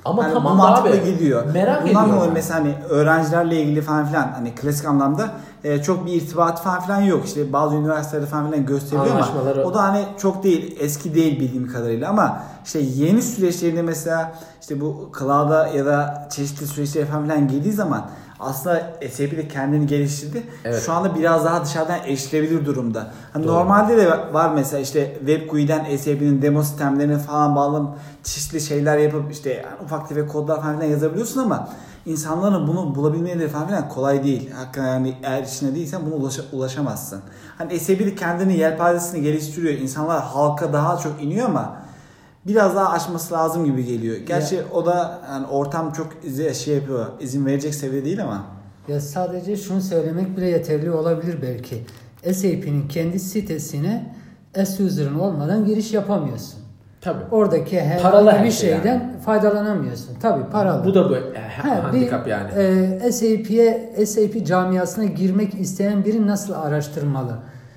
Ama
yani
tamam
bu mantıkla
abi,
gidiyor.
merak
Bundan
ediyorum.
dolayı mesela hani öğrencilerle ilgili falan filan hani klasik anlamda e, çok bir irtibat falan filan yok. İşte bazı üniversitelerde falan filan gösteriliyor ama o da hani çok değil, eski değil bildiğim kadarıyla ama işte yeni süreçlerinde mesela işte bu cloud'a ya da çeşitli süreçler falan filan geldiği zaman aslında S A P de kendini geliştirdi. Evet. Şu anda biraz daha dışarıdan erişilebilir durumda. Hani normalde de var mesela işte Web G U I'den S A P'nin demo sistemlerini falan bağlanıp çeşitli şeyler yapıp işte yani ufak tefek kodlar falan filan yazabiliyorsun ama insanların bunu bulabilmeleri falan filan kolay değil. Hakikaten yani eğer içinde değilsen buna ulaş, ulaşamazsın. Hani S A P de kendini yelpazesini geliştiriyor. İnsanlar halka daha çok iniyor ama biraz daha aşması lazım gibi geliyor. Gerçi ya, o da yani ortam çok şey yapıyor. İzin verecek seviyede değil ama.
Ya sadece şunu söylemek bile yeterli olabilir belki. S A P'nin kendi sitesine S-User'ın olmadan giriş yapamıyorsun.
Tabii.
Oradaki herhangi bir şeyden yani faydalanamıyorsun. Tabii paralı.
Bu da bu ha, handikap yani.
E, S A P'ye, S A P camiasına girmek isteyen biri nasıl araştırmalı?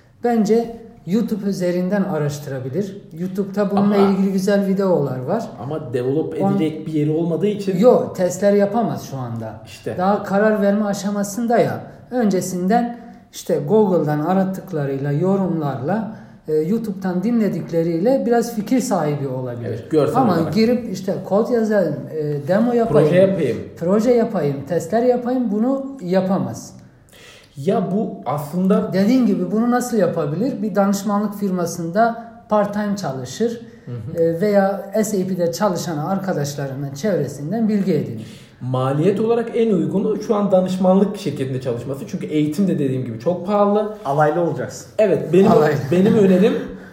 Bence YouTube üzerinden araştırabilir. YouTube'da bununla ama, ilgili güzel videolar var.
Ama develop edecek On, bir yeri olmadığı için.
Yok, testler yapamaz şu anda.
İşte.
Daha karar verme aşamasında ya. Öncesinden işte Google'dan arattıklarıyla, yorumlarla, e, YouTube'dan dinledikleriyle biraz fikir sahibi olabilir.
Evet,
ama
olarak.
Girip işte kod yazayım, e, demo yapayım,
proje yapayım,
proje yapayım, testler yapayım, bunu yapamaz.
Ya bu aslında
dediğin gibi bunu nasıl yapabilir? Bir danışmanlık firmasında part-time çalışır, hı hı. veya S A P'de çalışan arkadaşlarının çevresinden bilgi edinir.
Maliyet olarak en uygunu şu an danışmanlık şirketinde çalışması. Çünkü eğitim de dediğim gibi çok pahalı.
Alaylı olacaksın.
Evet, benim Alaylı. benim önerim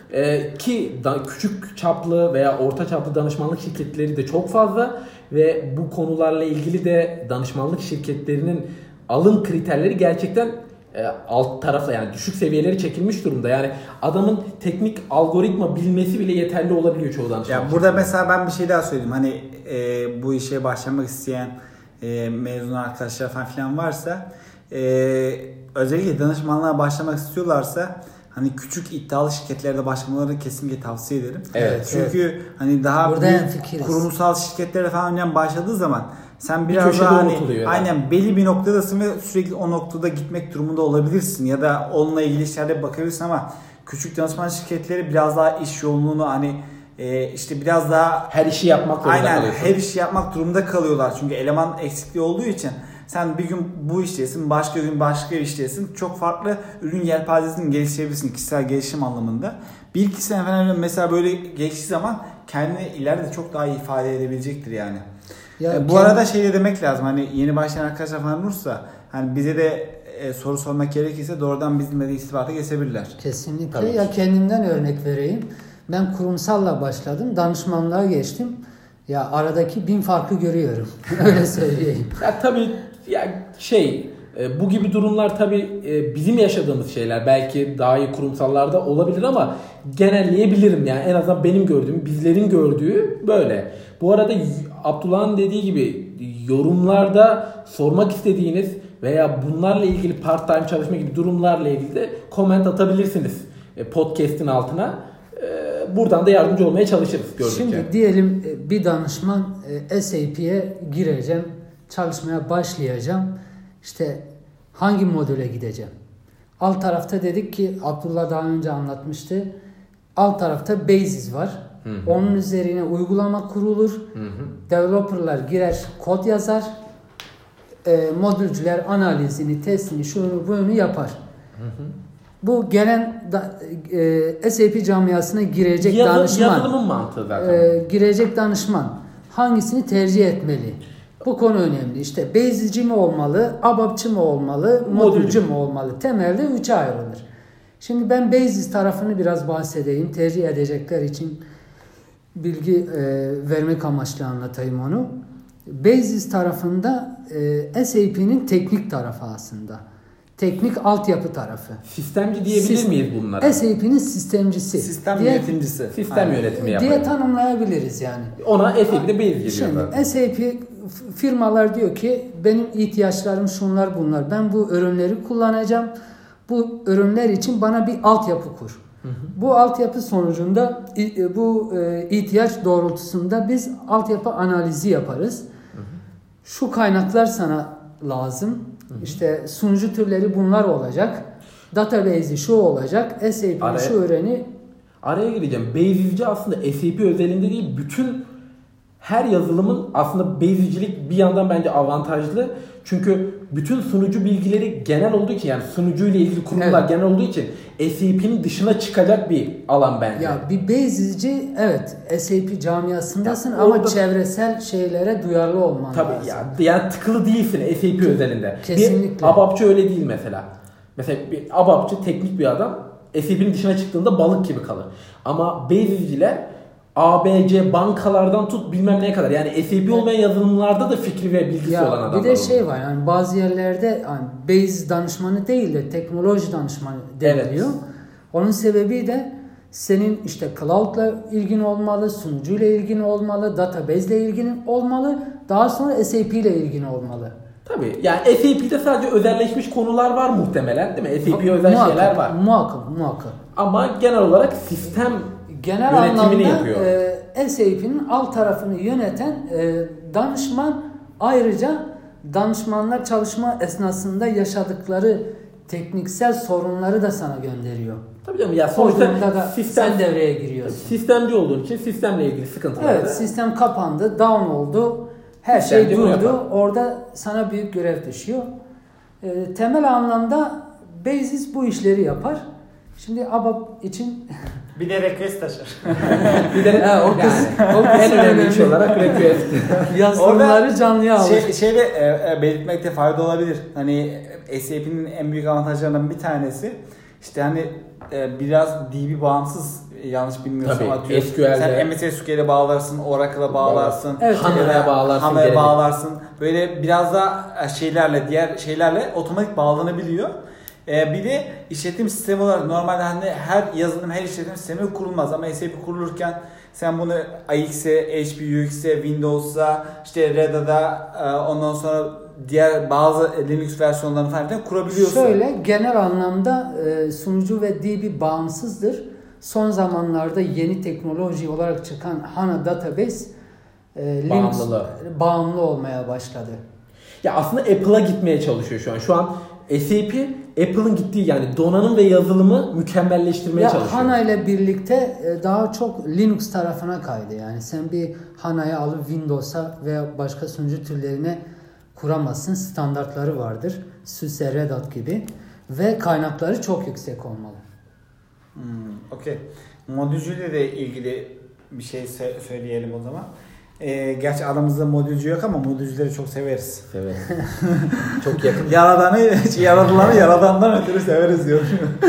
e, ki da, küçük çaplı veya orta çaplı danışmanlık şirketleri de çok fazla ve bu konularla ilgili de danışmanlık şirketlerinin alım kriterleri gerçekten e, alt tarafta yani düşük seviyeleri çekilmiş durumda. Yani adamın teknik algoritma bilmesi bile yeterli olabiliyor çoğu danışmanlık.
Ya burada mesela ben bir şey daha söyleyeyim. Hani e, bu işe başlamak isteyen e, mezun arkadaşlar falan filan varsa e, özellikle danışmanlığa başlamak istiyorlarsa hani küçük iddialı şirketlerde başlamalarını kesinlikle tavsiye ederim.
Evet.
Çünkü
evet.
hani daha
burada
büyük kurumsal şirketlere falan başladığı zaman sen biraz daha hani aynen belli bir noktadasın ve sürekli o noktada gitmek durumunda olabilirsin ya da onunla ilgili işlerde bakabilirsin ama küçük danışman şirketleri biraz daha iş yoğunluğunu hani e, işte biraz daha
her işi yapmak durumunda
aynen
kalıyorsun.
her işi yapmak durumunda kalıyorlar çünkü eleman eksikliği olduğu için sen bir gün bu iştesin, başka gün başka iştesin. Çok farklı ürün yelpazesini geliştirebilirsin kişisel gelişim anlamında. Bir iki sene falan mesela böyle geçtiği zaman kendini ileride çok daha iyi ifade edebilecektir yani. Ya e, bu kendi... arada şey de demek lazım hani yeni başlayan arkadaşlar falan olursa hani bize de e, soru sormak gerekirse doğrudan bizimle de istibata geçebilirler.
Kesinlikle. Tabii. Ya kendimden örnek vereyim. Ben kurumsalla başladım. Danışmanlığa geçtim. Ya aradaki bin farkı görüyorum. Öyle söyleyeyim.
Ya tabii ya şey bu gibi durumlar tabii bizim yaşadığımız şeyler. Belki daha iyi kurumsallarda olabilir ama genelleyebilirim yani en azından benim gördüğüm, bizlerin gördüğü böyle. Bu arada Abdullah'ın dediği gibi yorumlarda sormak istediğiniz veya bunlarla ilgili part-time çalışma gibi durumlarla ilgili de comment atabilirsiniz podcast'in altına. Buradan da yardımcı olmaya çalışırız gördükçe.
Şimdi diyelim bir danışman S A P'ye gireceğim, çalışmaya başlayacağım. İşte hangi modüle gideceğim? Alt tarafta dedik ki Abdullah daha önce anlatmıştı. Alt tarafta Basis var. Hı hı. Onun üzerine uygulama kurulur. Hı hı. Developerlar girer, kod yazar. E, modülcüler analizini, testini, şunu bunu yapar. Hı hı. Bu gelen da, e, S A P camiasına girecek Yazı, danışman.
Yazılımın mantığı zaten.
E, girecek danışman hangisini tercih etmeli? Bu konu önemli. İşte Basis'ci mi olmalı, ABAP'çı mı olmalı, modülcü mü olmalı? Temelde üçe ayrılır. Şimdi ben Basis tarafını biraz bahsedeyim. Tercih edecekler için bilgi e, vermek amaçlı anlatayım onu. Basis tarafında e, S A P'nin teknik tarafı aslında. Teknik altyapı tarafı.
Sistemci diyebilir Sistem, miyiz bunlara?
S A P'nin sistemcisi.
Sistem
diye,
yönetimcisi.
Sistem Aynen. yönetimi yapıyor.
Diye tanımlayabiliriz yani.
Ona S A P'de Basis geliyor zaten.
S A P firmalar diyor ki benim ihtiyaçlarım şunlar bunlar. Ben bu ürünleri kullanacağım. Bu ürünler için bana bir altyapı kur.
Hı hı.
Bu altyapı sonucunda bu ihtiyaç doğrultusunda biz altyapı analizi yaparız.
Hı hı.
Şu kaynaklar sana lazım. Hı hı. İşte sunucu türleri bunlar olacak. Database'i şu olacak. S A P'nin
Araya,
şu öğreni.
Araya gireceğim. Base'ci aslında S A P özelinde değil, bütün her yazılımın aslında Base'cilik bir yandan bence avantajlı. Çünkü bütün sunucu bilgileri genel olduğu için, yani sunucuyla ilgili kurumlar evet. genel olduğu için S A P'nin dışına çıkacak bir alan bence.
Ya bir Base'ci evet S A P camiasındasın ya, ama orada, çevresel şeylere duyarlı olman
tabii
lazım.
Ya, yani tıkılı değilsin S A P özelinde.
Kesinlikle.
Bir ABAP'çı öyle değil mesela. Mesela bir ABAP'çı teknik bir adam S A P'nin dışına çıktığında balık gibi kalır. Ama Base'ciler A B C bankalardan tut bilmem neye kadar. Yani S A P olmayan yazılımlarda da fikri ve bilgisi
ya,
olan adamlar.
Bir de şey var yani bazı yerlerde yani Base danışmanı değil de teknoloji danışmanı deniliyor. Evet. Onun sebebi de senin işte cloud'la ilgin olmalı, sunucuyla ilgin olmalı, database'le ilgin olmalı, daha sonra S A P ile ilgin olmalı.
Tabii. Yani S A P'de sadece özelleşmiş konular var muhtemelen, değil mi? S A P'ye özel
muhakkak,
şeyler var.
Muhakkak, muhakkak.
Ama genel olarak sistem
genel
yönetimini
anlamda
yapıyor.
E, S A P'nin alt tarafını yöneten e, danışman, ayrıca danışmanlar çalışma esnasında yaşadıkları tekniksel sorunları da sana gönderiyor.
Tabii canım ya sonuçta
da sistem, sen devreye giriyorsun.
Sistemci olduğun için sistemle ilgili sıkıntılar.
Evet, sistem kapandı, down oldu. Her sistemci şey durdu. Orada sana büyük görev düşüyor. E, temel anlamda Basis bu işleri yapar. Şimdi ABAP için
bir de request taşır.
bir de ha, o kız, yani, o en önemli iş olarak request.
Yazılımları canlıya alır.
Şey, şeyde e, belirtmekte fayda olabilir. Hani S A P'nin en büyük avantajlarından bir tanesi işte hani e, biraz D B bağımsız, yanlış bilmiyorsam atıyorum.
S Q L'de.
Sen M S S Q L'e bağlarsın, Oracle'a bağlarsın,
evet,
HANA'ya bağlarsın,
HANA'ya bağlarsın. Böyle biraz da şeylerle, diğer şeylerle otomatik bağlanabiliyor. Ee, bir de işletim sistemi olarak normalde hani her yazılım, her işletim sistemi kurulmaz ama S A P kurulurken sen bunu A X'e, H P U X'e, Windows'a, işte Red Hat'a, ondan sonra diğer bazı Linux versiyonlarını falan kurabiliyorsun.
Şöyle genel anlamda e, sunucu ve D B bağımsızdır. Son zamanlarda yeni teknoloji olarak çıkan HANA Database e, Linux bağımlı olmaya başladı.
Ya aslında Apple'a gitmeye çalışıyor şu an. Şu an S A P Apple'ın gittiği, yani donanım ve yazılımı mükemmelleştirmeye
ya
çalışıyor.
HANA ile birlikte daha çok Linux tarafına kaydı. Yani sen bir HANA'yı alıp Windows'a veya başka sunucu türlerine kuramazsın. Standartları vardır. SUSE, Red Hat gibi ve kaynakları çok yüksek olmalı.
Hmm, Okey. Modülcüyle de ilgili bir şey söyleyelim o zaman. Ee, gerçi aramızda modülcü yok ama modülcüleri çok severiz.
Severiz. Çok yakın.
Yaradanı, yaradılanı yaradandan ötürü severiz diyor.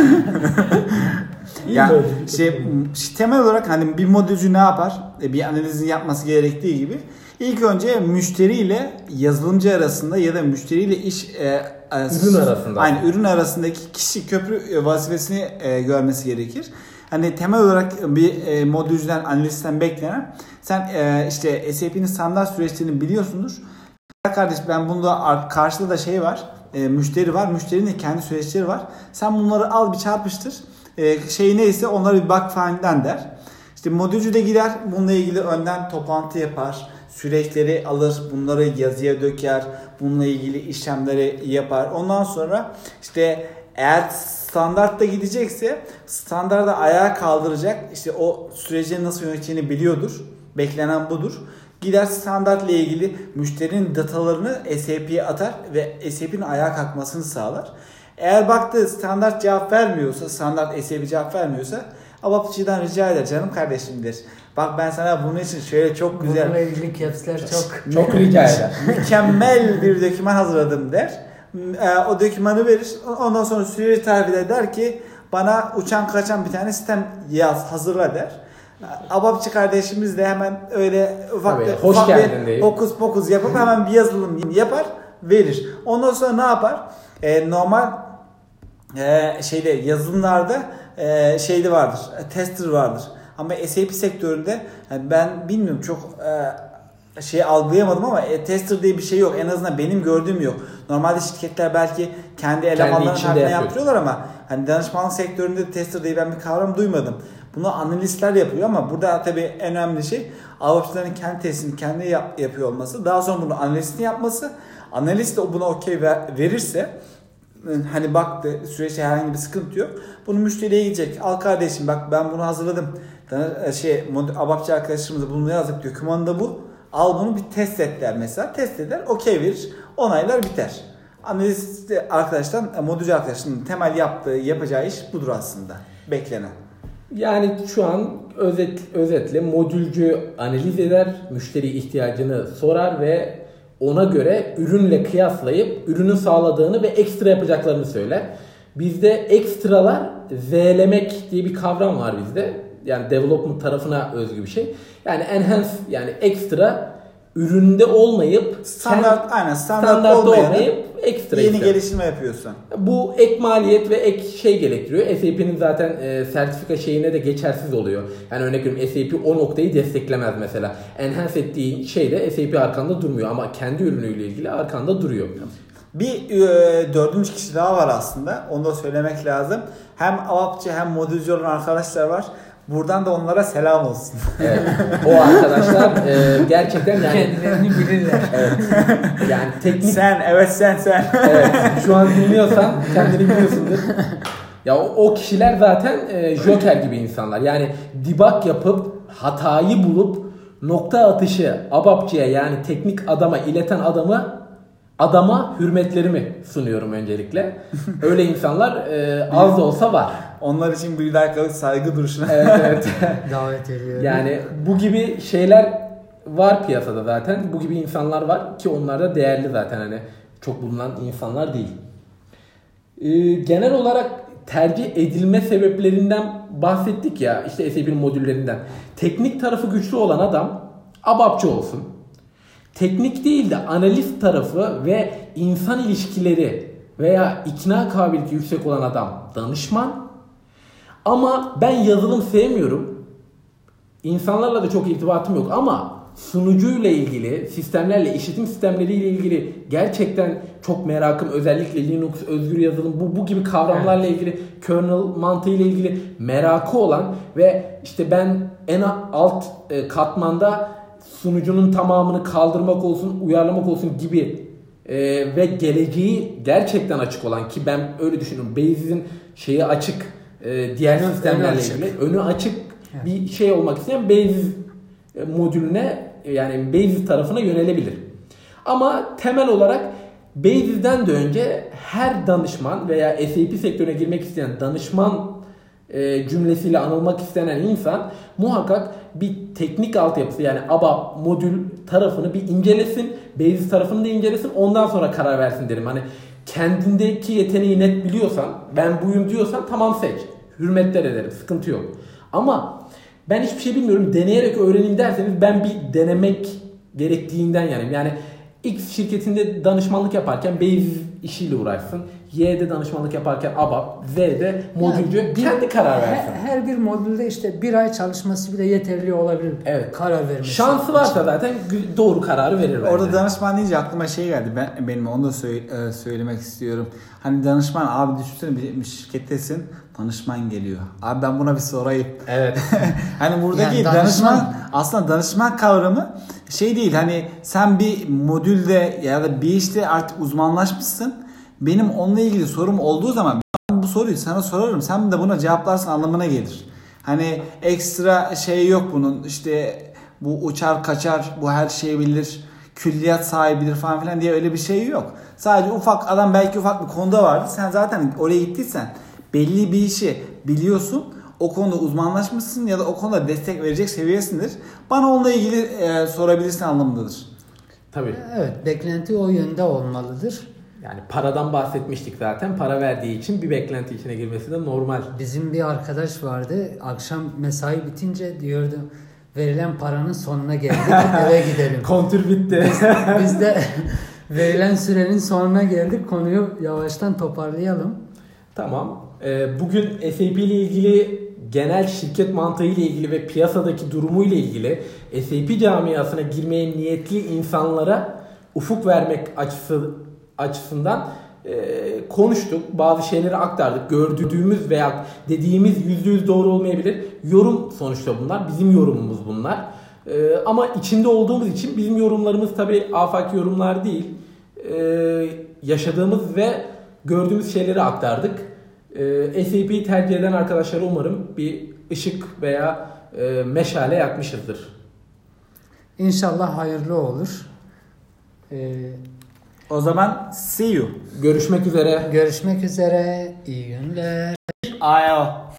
Yani şey, temel olarak hani bir modülcü ne yapar? Bir analizini yapması gerektiği gibi ilk önce müşteriyle yazılımcı arasında ya da müşteriyle iş e,
ürün arasında.
Aynı ürün arasındaki kişi köprü vazifesini e, görmesi gerekir. Hani temel olarak bir e, modülcüden, analistten beklenen sen e, işte S A P'nin standart süreçlerini biliyorsundur. Kardeş ben bunda karşıda da şey var, e, müşteri var, müşterinin de kendi süreçleri var. Sen bunları al bir çarpıştır, e, şey neyse onları bir bak falandan der. İşte modülcü de gider bununla ilgili önden toplantı yapar, süreçleri alır, bunları yazıya döker, bununla ilgili işlemleri yapar. Ondan sonra işte eğer standartta gidecekse standarda ayağa kaldıracak, işte o süreci nasıl yöneteceğini biliyordur. Beklenen budur. Gider standartla ilgili müşterinin datalarını S A P'ye atar ve S A P'nin ayağa kalkmasını sağlar. Eğer baktı standart cevap vermiyorsa, standart S A P cevap vermiyorsa ABAP'çıdan rica eder, canım kardeşim der. Bak ben sana bunun için şöyle çok güzel.
Bununla ilgili caps'ler çok.
Çok rica eder.
Mükemmel bir doküman hazırladım der. O dokümanı verir. Ondan sonra süreci tarif eder ki bana uçan kaçan bir tane sistem yaz, hazırla der. ABAP'çı kardeşimiz de hemen öyle ufak,
Tabii,
de,
hoş
ufak
geldin
bir
deyip.
fokus fokus yapıp hemen bir yazılım yapar, verir. Ondan sonra ne yapar? Ee, normal e, şeyde yazılımlarda e, şeyde vardır, tester vardır. Ama S A P sektöründe yani ben bilmiyorum çok e, şey algılayamadım ama e, tester diye bir şey yok. En azından benim gördüğüm yok. Normalde şirketler belki kendi elemanlarının
içinde
hakkında
yapıyor.
yaptırıyorlar ama hani danışmanlık sektöründe tester diye ben bir kavram duymadım. Bunu analistler yapıyor ama burada tabii en önemli şey ABAP'çıların kendi testini kendi yap, yapıyor olması. Daha sonra bunu analistin yapması. Analist de buna okey verirse hani baktı süreçte herhangi bir sıkıntı yok. Bunu müşteriye gidecek. Al kardeşim bak ben bunu hazırladım. Şey ABAP'çı arkadaşımıza bunu yazdık. Dokümanı da bu. Al bunu bir test et der mesela. Test eder. Okey verir. Onaylar biter. Analist arkadaşlar, modülcü arkadaşının temel yaptığı, yapacağı iş budur aslında. Beklenen.
Yani şu an özet, özetle modülcü analiz eder, müşteri ihtiyacını sorar ve ona göre ürünle kıyaslayıp ürünün sağladığını ve ekstra yapacaklarını söyler. Bizde ekstralar Z'lemek diye bir kavram var bizde. Yani development tarafına özgü bir şey. Yani enhance yani ekstra üründe olmayıp
standart
kend,
aynen standart,
standart
olmayan
olmayıp ekstra
yeni
ekstra.
geliştirme yapıyorsun.
Bu ek maliyet ve ek şey gerektiriyor. S A P'nin zaten e, sertifika şeyine de geçersiz oluyor. Yani örnek veriyorum S A P o noktayı desteklemez mesela. Enhance ettiğin şey de S A P arkanda durmuyor ama kendi ürünüyle ilgili arkanda duruyor.
Bir e, dördüncü kişi daha var aslında. Onu da söylemek lazım. Hem ABAP'çı hem modülcü olan arkadaşlar var. Buradan da onlara selam olsun.
Evet. O arkadaşlar e, gerçekten yani
kendilerini bilirler.
Evet. Yani teknik
sen evet sen sen.
Evet. Şu an dinliyorsan kendini biliyorsundur. Ya o, o kişiler zaten e, Joker gibi insanlar. Yani debug yapıp hatayı bulup nokta atışı ABAP'çıya yani teknik adama ileten adamı adama hürmetlerimi sunuyorum öncelikle. Öyle insanlar e, az da olsa var.
Onlar için bir dakikalık saygı duruşuna.
Evet evet.
Davet ediyorum.
Yani bu gibi şeyler var piyasada zaten. Bu gibi insanlar var ki onlar da değerli zaten hani çok bulunan insanlar değil. Ee, genel olarak tercih edilme sebeplerinden bahsettik ya işte S A P'nin modüllerinden. Teknik tarafı güçlü olan adam ABAP'çı olsun. Teknik değil de analist tarafı ve insan ilişkileri veya ikna kabiliyeti yüksek olan adam danışman. Ama ben yazılım sevmiyorum. İnsanlarla da çok irtibatım yok ama sunucuyla ilgili, sistemlerle, işletim sistemleriyle ilgili gerçekten çok merakım. Özellikle Linux, özgür yazılım, bu bu gibi kavramlarla ilgili, kernel mantığıyla ilgili merakı olan ve işte ben en alt katmanda sunucunun tamamını kaldırmak olsun, uyarlamak olsun gibi e, ve geleceği gerçekten açık olan ki ben öyle düşünüyorum. Basis'in şeyi açık, e, diğer
önü,
sistemlerle
önü
ilgili
açık.
önü açık
evet.
bir şey olmak isteyen Basis modülüne yani Basis tarafına yönelebilir. Ama temel olarak Basis'den de önce her danışman veya S A P sektörüne girmek isteyen danışman e, cümlesiyle anılmak istenen insan muhakkak bir teknik altyapısı yani ABAP modül tarafını bir incelesin. Basis tarafını da incelesin. Ondan sonra karar versin derim. Hani kendindeki yeteneği net biliyorsan, ben buyum diyorsan tamam seç. Hürmetler ederim. Sıkıntı yok. Ama ben hiçbir şey bilmiyorum. Deneyerek öğreneyim derseniz ben bir denemek gerektiğinden yanayım. Yani X şirketinde danışmanlık yaparken Basis işiyle uğraşsın. Y'de danışmanlık yaparken ABAP, Z'de modülcü yani bir, kendi karar versin.
Her, her bir modülde işte bir ay çalışması bile yeterli olabilir.
Evet.
Karar vermesi.
Şansı varsa zaten doğru kararı verir.
Orada
bence.
danışman deyince aklıma şey geldi. Ben benim onu da söyle, söylemek istiyorum. Hani danışman abi düşünsene bir şirkettesin. Danışman geliyor. Abi ben buna bir sorayım.
Evet.
Hani buradaki
Yani
danışman,
danışman
aslında danışman kavramı şey değil. Hani sen bir modülde ya da bir işte artık uzmanlaşmışsın. Benim onunla ilgili sorum olduğu zaman ben bu soruyu sana sorarım. Sen de buna cevaplarsın anlamına gelir. Hani ekstra şey yok bunun. İşte bu uçar kaçar, bu her şeyi bilir, külliyat sahibidir falan filan diye öyle bir şey yok. Sadece ufak adam belki ufak bir konuda vardı. Sen zaten oraya gittiysen belli bir işi biliyorsun. O konuda uzmanlaşmışsın ya da o konuda destek verecek seviyesindir. Bana onunla ilgili e, sorabilirsin anlamındadır.
Tabii.
Evet, beklenti o yönde olmalıdır.
Yani paradan bahsetmiştik zaten. Para verdiği için bir beklenti içine girmesi de normal.
Bizim bir arkadaş vardı. Akşam mesai bitince diyordu verilen paranın sonuna geldik eve gidelim.
Kontür bitti.
Biz de verilen sürenin sonuna geldik. Konuyu yavaştan toparlayalım.
Tamam. Ee, bugün S A P ile ilgili genel şirket mantığı ile ilgili ve piyasadaki durumu ile ilgili S A P camiasına girmeye niyetli insanlara ufuk vermek açısı açısından e, konuştuk. Bazı şeyleri aktardık. Gördüğümüz veya dediğimiz yüzde yüz doğru olmayabilir. Yorum sonuçta bunlar. Bizim yorumumuz bunlar. E, ama içinde olduğumuz için bizim yorumlarımız tabii afaki yorumlar değil. E, yaşadığımız ve gördüğümüz şeyleri aktardık. E, S A P'yi tercih eden arkadaşlara umarım bir ışık veya e, meşale yakmışızdır.
İnşallah hayırlı olur. Ee,
O zaman see you.
Görüşmek üzere.
görüşmek üzere. İyi günler.
Ayo.